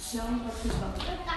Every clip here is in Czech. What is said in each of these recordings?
Žalm 22.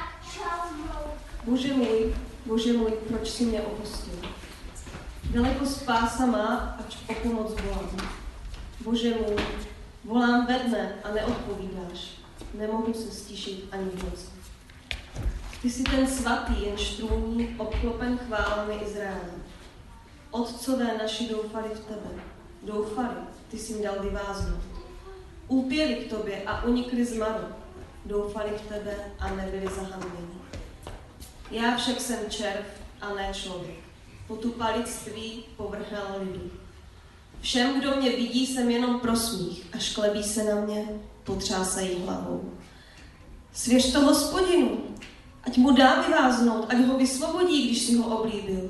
Bože můj, proč jsi mě opustil? Daleko spása má, ač o pomoc volám. Bože můj, volám ve dne a neodpovídáš. Nemohu se stišit ani v noci. Ty jsi ten svatý, jenž trůní, obklopen chválami Izraele. Otcové naši doufali v tebe. Doufali, ty jsi jim dal vyváznout. Ulpěli k tobě a unikli z maru. Doufali v tebe a nebyli zahanbeni. Já však jsem červ a ne člověk. Potupalictví povrhnal lidu. Všem, kdo mě vidí, jsem jenom prosmích a šklebí se na mě, potřásají hlavou. Svěř to Hospodinu, ať mu dá vyváznout, ať ho vysvobodí, když si ho oblíbil.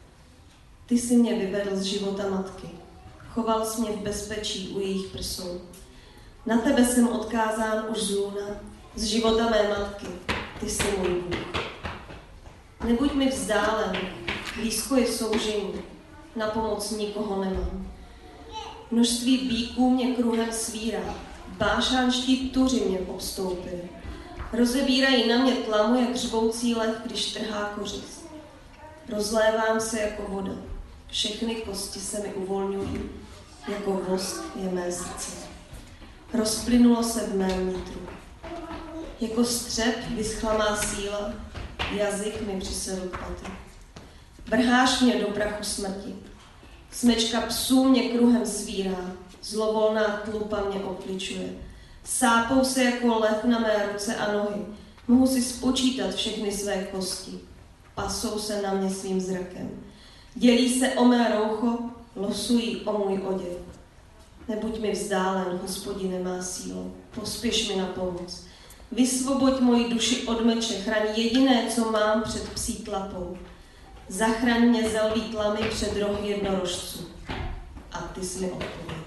Ty jsi mě vyvedl z života matky. Choval jsi mě v bezpečí u jejich prsou. Na tebe jsem odkázán už z lůna, z života mé matky. Ty jsi můj Bůh. Nebuď mi vzdálen, blízko je soužení, na pomoc nikoho nemám. Množství bíků mě kruhem svírá, bášánští tuři mě obstoupili. Rozebírají na mě tlamu, jak řvoucí lev, když trhá kořist. Rozlévám se jako voda, všechny kosti se mi uvolňují, jako vosk je mé srdce. Rozplynulo se v mém nitru. Jako střep vyschla má síla, jazyk mi přisedl k patru. Vrháš mě do prachu smrti. Smečka psů mě kruhem svírá, zlovolná tlupa mě okličuje. Sápou se jako lev na mé ruce a nohy. Mohu si spočítat všechny své kosti. Pasou se na mě svým zrakem. Dělí se o mé roucho, losují o můj oděv. Nebuď mi vzdálen, Hospodine má sílu, pospěš mi na pomoc. Vysvoboď moji duši od meče, chraň jediné, co mám před psí tlapou. Zachraň mě ze lví tlamy před rohy jednorožců. A ty jsi mi odpověděl.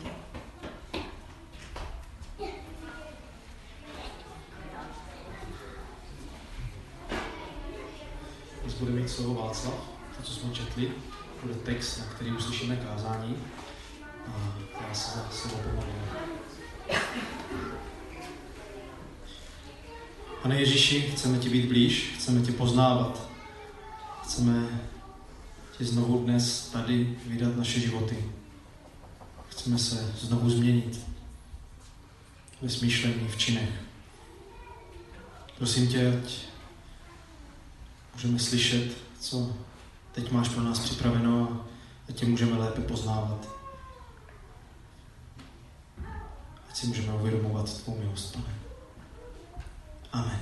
Dnes bude mít slovo Václav, to, co jsme četli, bude text, na který uslyšíme kázání. A já se za slovo pomodlím. Pane Ježíši, chceme ti být blíž, chceme tě poznávat. Chceme ti znovu dnes tady vydat naše životy. Chceme se znovu změnit ve smýšlení, v činech. Prosím tě, ať můžeme slyšet, co teď máš pro nás připraveno a ať tě můžeme lépe poznávat. Ať si můžeme uvědomovat tvou milost, Pane. Amen.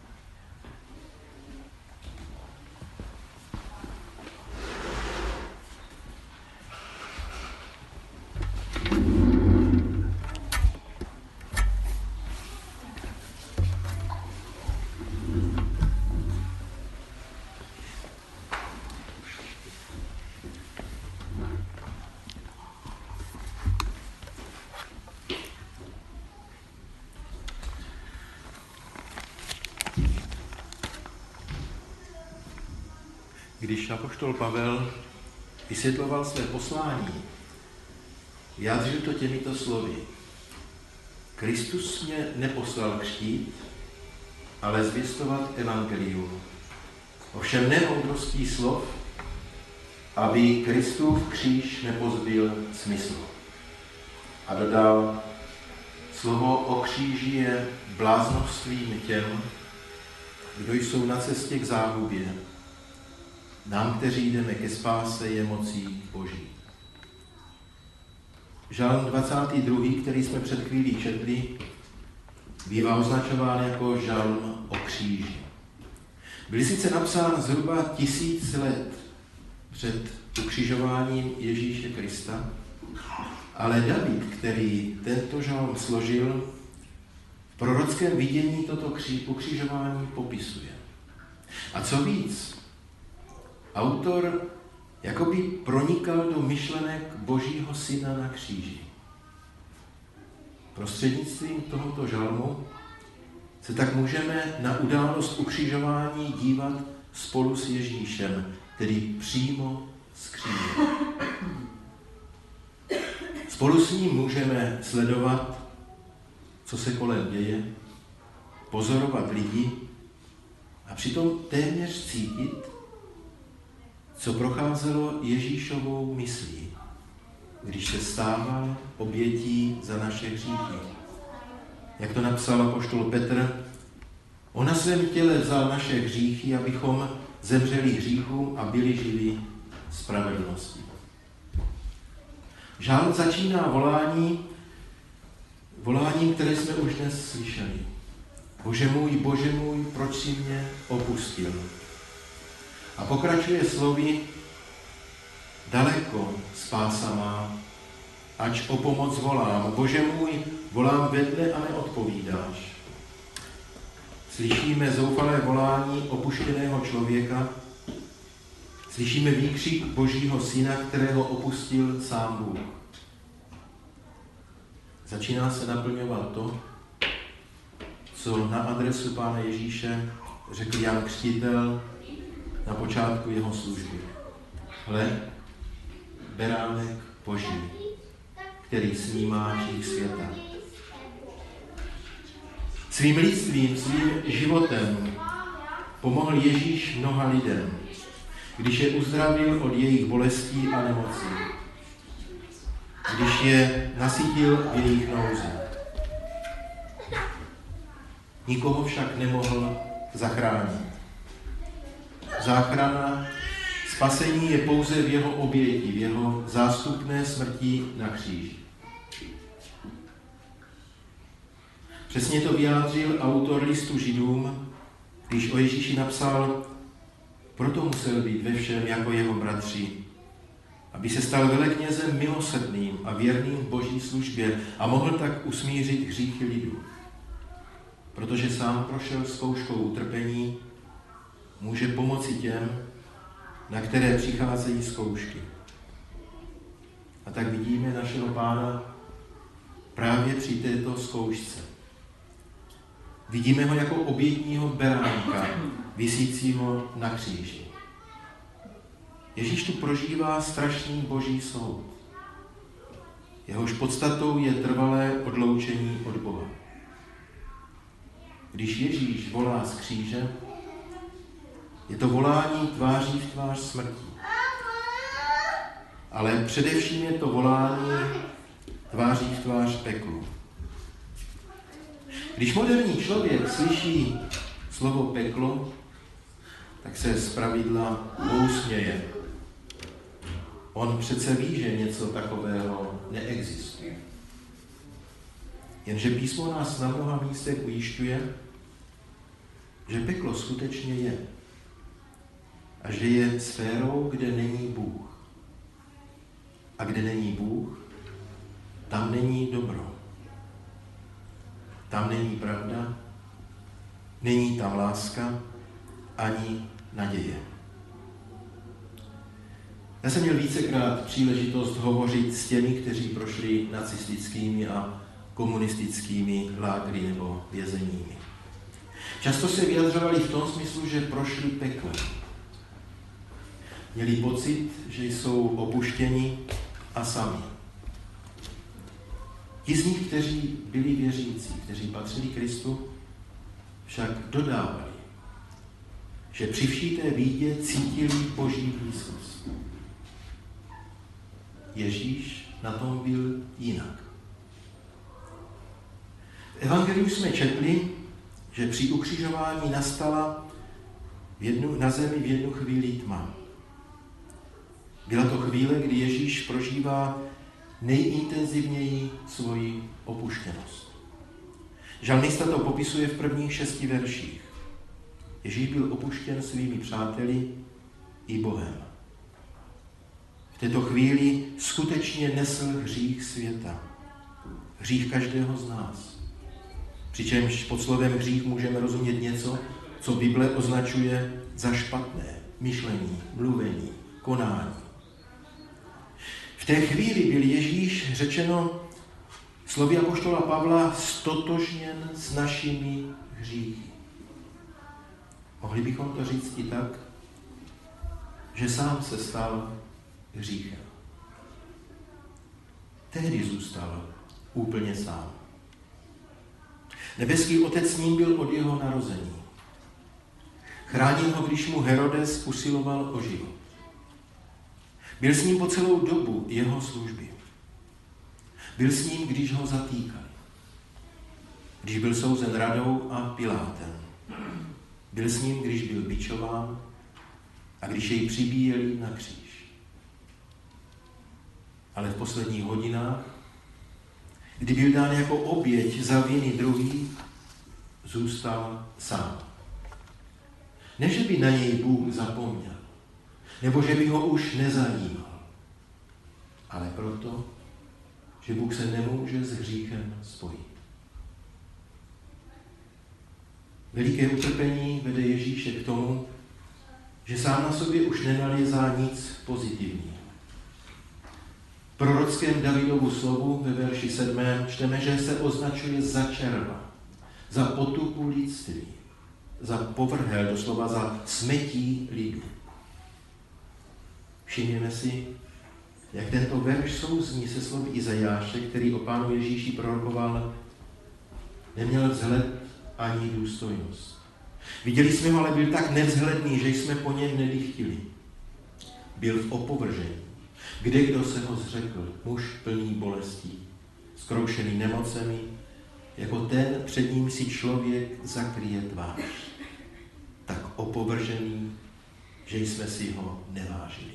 Když apoštol Pavel vysvětloval své poslání, vyjádřil to těmito slovy. Kristus mě neposlal křtít, ale zvěstovat evangelium. Ovšem ne moudrostí slov, aby Kristův kříž nepozbyl smyslu. A dodal, slovo o kříži je bláznovstvím těm, kdo jsou na cestě k záhubě. Nám, kteří jdeme ke spáse, je mocí Boží. Žalm 22., který jsme před chvílí četli, bývá označován jako žalm o kříži. Byl sice napsán zhruba 1000 let před ukřižováním Ježíše Krista, ale David, který tento žalm složil, v prorockém vidění toto ukřižování popisuje. A co víc, autor jakoby pronikal do myšlenek Božího syna na kříži. Prostřednictvím tohoto žalmu se tak můžeme na událost ukřižování dívat spolu s Ježíšem, tedy přímo z kříže. Spolu s ním můžeme sledovat, co se kolem děje, pozorovat lidi a přitom téměř cítit, co procházelo Ježíšovou myslí, když se stával obětí za naše hříchy. Jak to napsal apoštol Petr, on na svém těle vzal naše hříchy, abychom zemřeli hříchu a byli živi spravedlnosti. Žálm začíná voláním, které jsme už dnes slyšeli. Bože můj, proč jsi mě opustil? A pokračuje slovy, daleko spása má, ač o pomoc volám. Bože můj, volám ve dne a neodpovídáš. Slyšíme zoufalé volání opuštěného člověka, slyšíme výkřik Božího Syna, kterého opustil sám Bůh. Začíná se naplňovat to, co na adresu Pána Ježíše řekl Jan Křtitel na počátku jeho služby. Hle, beránek Boží, který snímá hřích světa. Svým lidstvím, svým životem pomohl Ježíš mnoha lidem, když je uzdravil od jejich bolestí a nemocí, když je nasytil v jejich nouzi. Nikoho však nemohl zachránit. Záchrana, spasení je pouze v jeho oběti, v jeho zástupné smrti na kříži. Přesně to vyjádřil autor listu Židům, když o Ježíši napsal, proto musel být ve všem jako jeho bratři, aby se stal veleknězem milosrdným a věrným v Boží službě a mohl tak usmířit hříchy lidu. Protože sám prošel zkouškou utrpení, může pomoci těm, na které přicházejí zkoušky. A tak vidíme našeho Pána právě při této zkoušce. Vidíme ho jako obětního beránka, visícího na kříži. Ježíš tu prožívá strašný Boží soud. Jehož podstatou je trvalé odloučení od Boha. Když Ježíš volá z kříže, je to volání tváří v tvář smrti. Ale především je to volání tváří v tvář peklu. Když moderní člověk slyší slovo peklo, tak se zpravidla pousměje. On přece ví, že něco takového neexistuje. Jenže písmo nás na mnoha místech ujišťuje, že peklo skutečně je. A že je sférou, kde není Bůh. A kde není Bůh, tam není dobro. Tam není pravda, není tam láska, ani naděje. Já jsem měl vícekrát příležitost hovořit s těmi, kteří prošli nacistickými a komunistickými lágry nebo vězeními. Často se vyjadřovali v tom smyslu, že prošli peklem. Měli pocit, že jsou opuštěni a sami. Ti z nich, kteří byli věřící, kteří patřili Kristu, však dodávali, že při vší té bídě cítili Boží blízkost. Ježíš na tom byl jinak. V evangeliu jsme četli, že při ukřižování nastala na zemi v jednu chvíli tma. Byla to chvíle, kdy Ježíš prožívá nejintenzivněji svoji opuštěnost. Žalmista to popisuje v prvních 6 verších. Ježíš byl opuštěn svými přáteli i Bohem. V této chvíli skutečně nesl hřích světa. Hřích každého z nás. Přičemž pod slovem hřích můžeme rozumět něco, co Bible označuje za špatné myšlení, mluvení, konání. V té chvíli byl Ježíš, řečeno slovy apoštola Pavla, stotožněn s našimi hříchy. Mohli bychom to říct i tak, že sám se stal hříchem. Tehdy zůstal úplně sám. Nebeský Otec s ním byl od jeho narození. Chránil ho, když mu Herodes usiloval o život. Byl s ním po celou dobu jeho služby. Byl s ním, když ho zatýkali. Když byl souzen Radou a Pilátem. Byl s ním, když byl bičován a když jej přibíjeli na kříž. Ale v posledních hodinách, kdy byl dán jako oběť za viny druhých, zůstal sám. Ne, že by na něj Bůh zapomněl, nebo že by ho už nezajímal, ale proto, že Bůh se nemůže s hříchem spojit. Veliké utrpení vede Ježíše k tomu, že sám na sobě už nenalézá nic pozitivního. V prorockém Davidovu slovu ve verši 7. čteme, že se označuje za červa, za potupu lidství, za povrhel, doslova za smetí lidu. Všimněme si, jak tento verš souzní se slovy Izajáše, který o Pánu Ježíši prorokoval, neměl vzhled ani důstojnost. Viděli jsme ho, ale byl tak nevzhledný, že jsme po něm nedychtili. Byl v opovržení. Kdekdo se ho zřekl, muž plný bolestí, zkroušený nemocemi, jako ten, před ním si člověk zakryje tvář. Tak opovržený, že jsme si ho nevážili.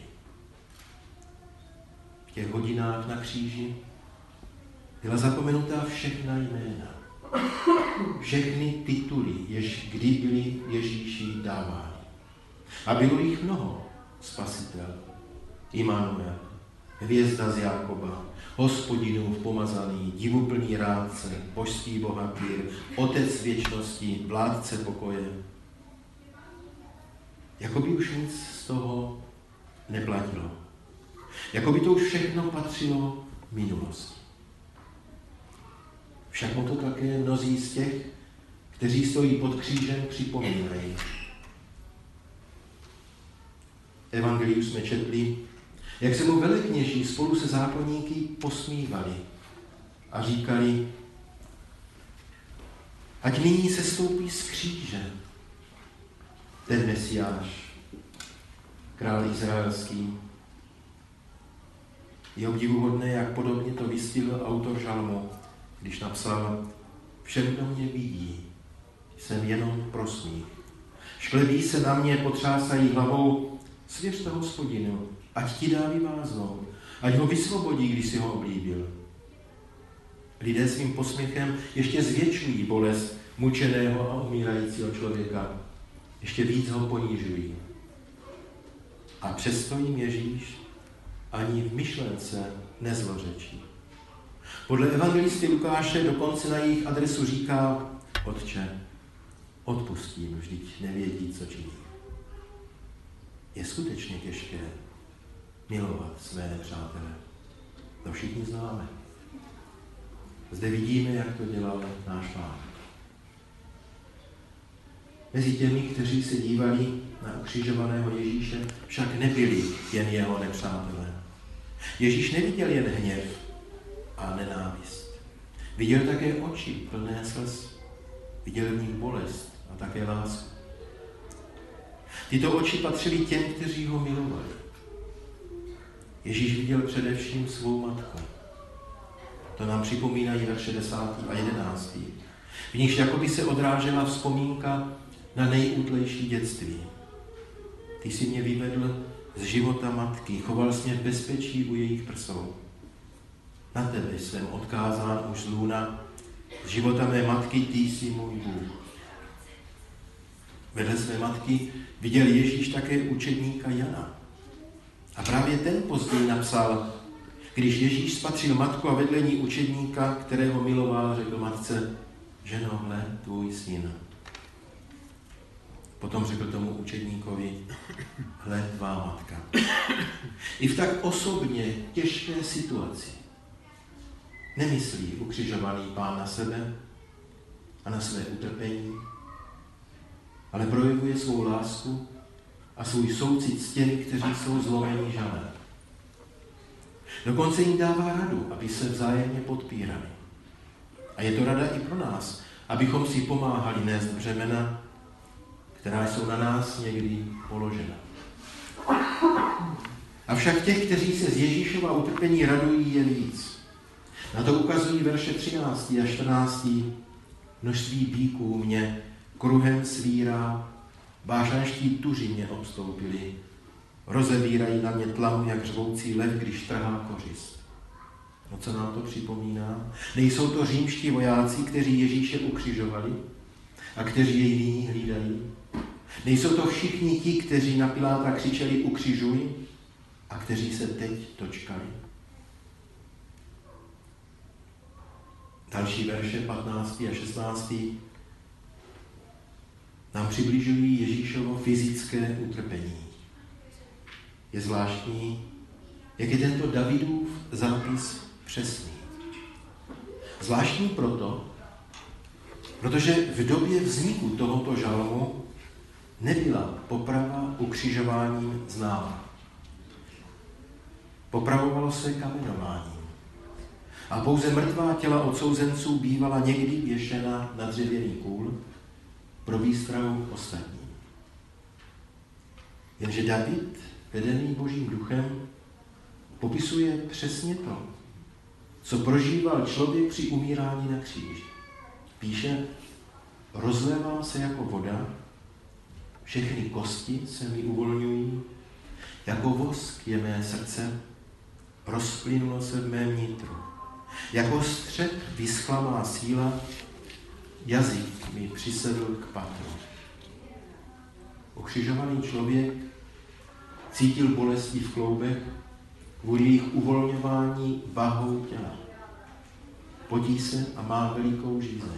V těch hodinách na kříži byla zapomenutá všechna jména. Všechny tituly, jež kdy byly Ježíši dávány. A bylo jich mnoho. Spasitel, Immanuel, hvězda z Jákoba, Hospodinův pomazaný, divuplný rádce, božský bohatýr, otec věčnosti, vládce pokoje. Jakoby už nic z toho neplatilo. Jakoby to už všechno patřilo minulosti. Však mu to také mnozí z těch, kteří stojí pod křížem, připomínají. Evangeliu jsme četli, jak se mu velekněží spolu se zákonníky posmívali a říkali, ať nyní se stoupí z kříže ten Mesiáš, král izraelský. Je obdivuhodné, jak podobně to vystihl autor žalmu, když napsal, všem, kdo mě vidí, jsem jenom prosmích. Šklebí se na mě, potřásají hlavou, svěř to Hospodinu, ať ti dá vyváznout, ať ho vysvobodí, když si ho oblíbil. Lidé svým posměchem ještě zvětšují bolest mučeného a umírajícího člověka. Ještě víc ho ponížují. A přesto jim Ježíš ani v myšlence nezlořečí. Podle evangelisty Lukáše dokonce na jejich adresu říká, Otče, odpustím, vždyť nevědí, co činí. Je skutečně těžké milovat své nepřátele. To všichni známe. Zde vidíme, jak to dělal náš Pán. Mezi těmi, kteří se dívali na ukřižovaného Ježíše, však nebyli jen jeho nepřátelé. Ježíš neviděl jen hněv a nenávist. Viděl také oči plné slz. Viděl v nich bolest a také lásku. Tyto oči patřily těm, kteří ho milovali. Ježíš viděl především svou matku. To nám připomínají verše 10. a 11. V nichž jakoby se odrážela vzpomínka na nejútlejší dětství. Ty jsi mě vyvedl z života matky, choval jsi mě v bezpečí u jejich prsou. Na tebe jsem odkázán už z lůna, z života mé matky ty jsi můj Bůh. Vedle své matky viděl Ježíš také učedníka Jana. A právě ten později napsal, když Ježíš spatřil matku a vedle ní učedníka, kterého miloval, řekl matce, ženo, hle, tvůj syn. Potom řekl tomu učedníkovi, hle, tvá matka. I v tak osobně těžké situaci nemyslí ukřižovaný Pán na sebe a na své utrpení, ale projevuje svou lásku a svůj soucit s těmi, kteří jsou zlomení žalem. Dokonce jim dává radu, aby se vzájemně podpírali. A je to rada i pro nás, abychom si pomáhali nést břemena, která jsou na nás někdy položena. Avšak těch, kteří se z Ježíšova utrpení radují, je víc. Na to ukazují verše 13. a 14. Množství bíků mě kruhem svírá, bášanští tuři mě obstoupili, rozevírají na mě tlamu, jak řvoucí lev, když trhá kořist. No co nám to připomíná? Nejsou to římští vojáci, kteří Ježíše ukřižovali a kteří jej nyní hlídají? Nejsou to všichni ti, kteří na Piláta křičeli ukřižuj a kteří se teď dočkali? Další verše 15. a 16. nám přibližují Ježíšovo fyzické utrpení. Je zvláštní, jak je tento Davidův zápis přesný. Zvláštní protože v době vzniku tohoto žalmu nebyla poprava ukřižováním známa. Popravovalo se kamenováním. A pouze mrtvá těla odsouzenců bývala někdy věšena na dřevěný kůl pro výstrahu ostatním. Jenže David, vedený Božím duchem, popisuje přesně to, co prožíval člověk při umírání na kříži. Píše, rozlévám se jako voda, všechny kosti se mi uvolňují, jako vosk je mé srdce, rozplynulo se v mém nitru. Jako střep vyschla má síla, jazyk mi přisedl k patru. Ukřižovaný člověk cítil bolesti v kloubech kvůli jejich uvolňování vahou těla. Potí se a má velikou žízeň.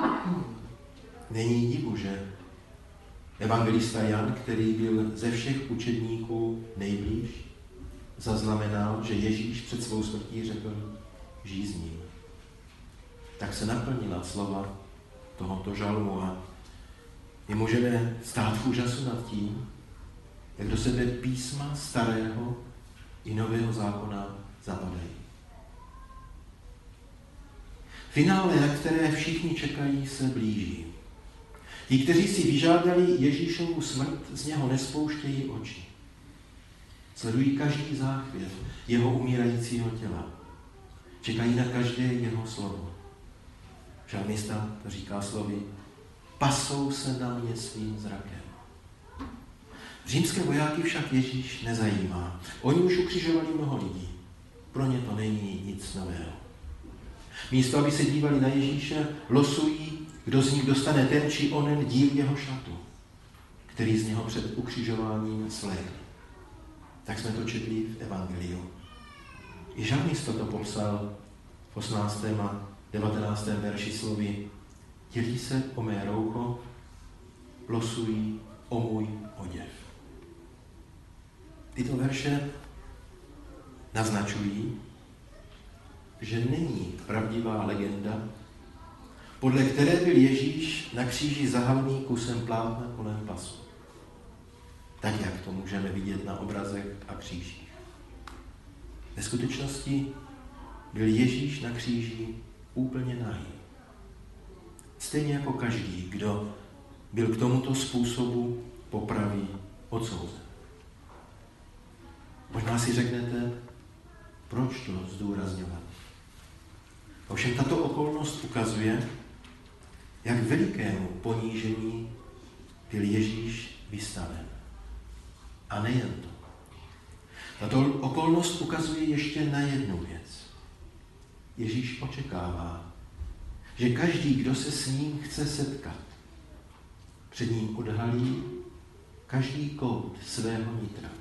Není divu, že evangelista Jan, který byl ze všech učedníků nejblíž, zaznamenal, že Ježíš před svou smrtí řekl žízním. Tak se naplnila slova tohoto žalmu a my můžeme stát v úžasu nad tím, jak do sebe písma starého i nového zákona zapadají. Finále, na které všichni čekají, se blíží. Ti, kteří si vyžádali Ježíšovu smrt, z něho nespouštějí oči. Sledují každý záchvěv jeho umírajícího těla. Čekají na každé jeho slovo. Žalmista to říká slovy, pasou se na mě svým zrakem. Římské vojáky však Ježíš nezajímá. Oni už ukřižovali mnoho lidí. Pro ně to není nic nového. Místo, aby se dívali na Ježíše, losují, kdo z nich dostane ten či onen díl jeho šatu, který z něho před ukřižováním svlékl. Tak jsme to četli v Evangeliu. I žalmista to popsal v 18. a 19. verši slovy. Dělí se o mé roucho, losují o můj oděv. Tyto verše naznačují, že není pravdivá legenda, podle které byl Ježíš na kříži zahalný kusem plátna kolem pasu. Tak, jak to můžeme vidět na obrazech a křížích. Ve skutečnosti byl Ježíš na kříži úplně nahý. Stejně jako každý, kdo byl k tomuto způsobu popravy odsouzen. Možná si řeknete, proč to zdůrazňovat. Ovšem tato okolnost ukazuje, jak velikému ponížení byl Ježíš vystaven. A nejen to. Tato okolnost ukazuje ještě na jednu věc. Ježíš očekává, že každý, kdo se s ním chce setkat, před ním odhalí každý kout svého nitra.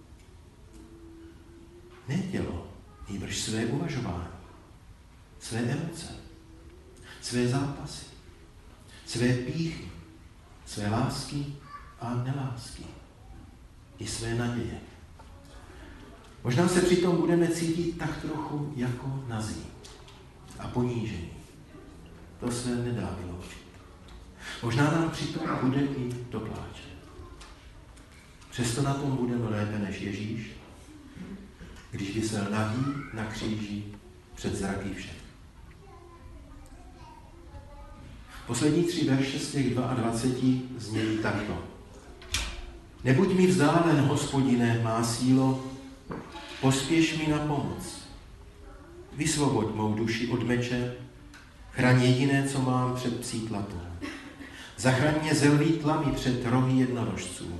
Ne tělo, nýbrž své uvažování, své emoce, své zápasy, své pýchy, své lásky a nelásky i své naděje. Možná se přitom budeme cítit tak trochu jako nazí a ponížení. To se nedá vyloučit. Možná nám přitom bude i do pláče. Přesto na tom budeme lépe než Ježíš, když visel nahý na kříži před zraky všech. Poslední 3 verše z těch 22 znějí takto. Nebuď mi vzdálen, Hospodine, má sílo, pospěš mi na pomoc. Vysvoboď mou duši od meče, chraň jediné, co mám před psí tlapou. Zachraň mě ze lví tlamy před rohy jednorožců.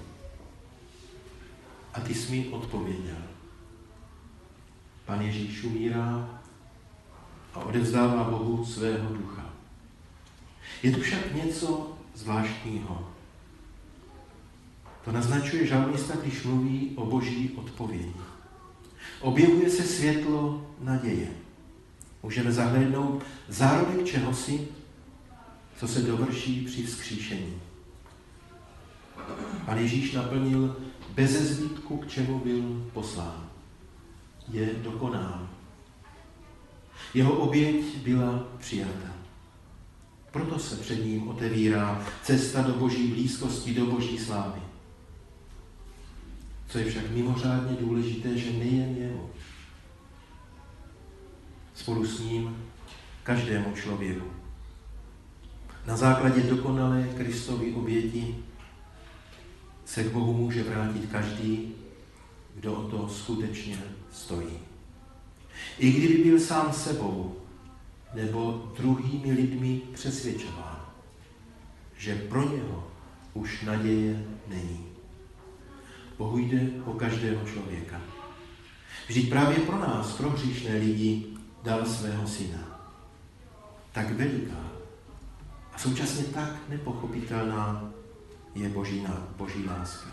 A ty jsi mi odpověděl. Pan Ježíš umírá a odevzdává Bohu svého ducha. Je tu však něco zvláštního. To naznačuje žalmista, když mluví o boží odpovědi. Objevuje se světlo naděje. Můžeme zahlédnout zárodek čehosi, co se dovrší při vzkříšení. Pan Ježíš naplnil beze zbytku, k čemu byl poslán. Je dokonán. Jeho oběť byla přijata. Proto se před ním otevírá cesta do boží blízkosti, do boží slávy. Co je však mimořádně důležité, že nejen jemu. Spolu s ním každému člověku. Na základě dokonalé Kristovy oběti se k Bohu může vrátit každý, kdo o to skutečně stojí. I kdyby byl sám sebou nebo druhými lidmi přesvědčován, že pro něho už naděje není. Bohu jde o každého člověka. Vždyť právě pro nás, pro hříšné lidi, dal svého syna. Tak veliká a současně tak nepochopitelná je boží láska.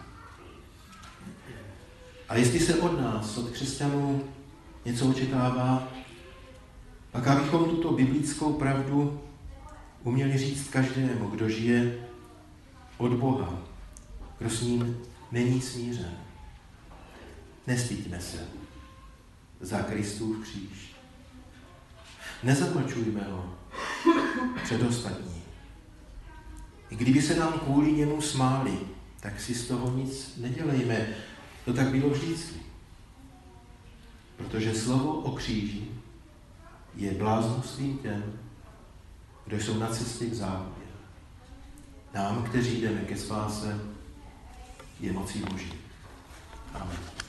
A jestli se od nás, od křesťanů, něco očekává, pak abychom tuto biblickou pravdu uměli říct každému, kdo žije od Boha, kdo s ním není smířen. Nestyďme se za Kristův kříž. Nezamlčujme ho před ostatní. I kdyby se nám kvůli němu smáli, tak si z toho nic nedělejme. To tak bylo vždycky. Protože slovo o kříži je bláznostvím těm, kdo jsou na cestě k záhubě. Nám, kteří jdeme ke spáse, je mocí Boží. Amen.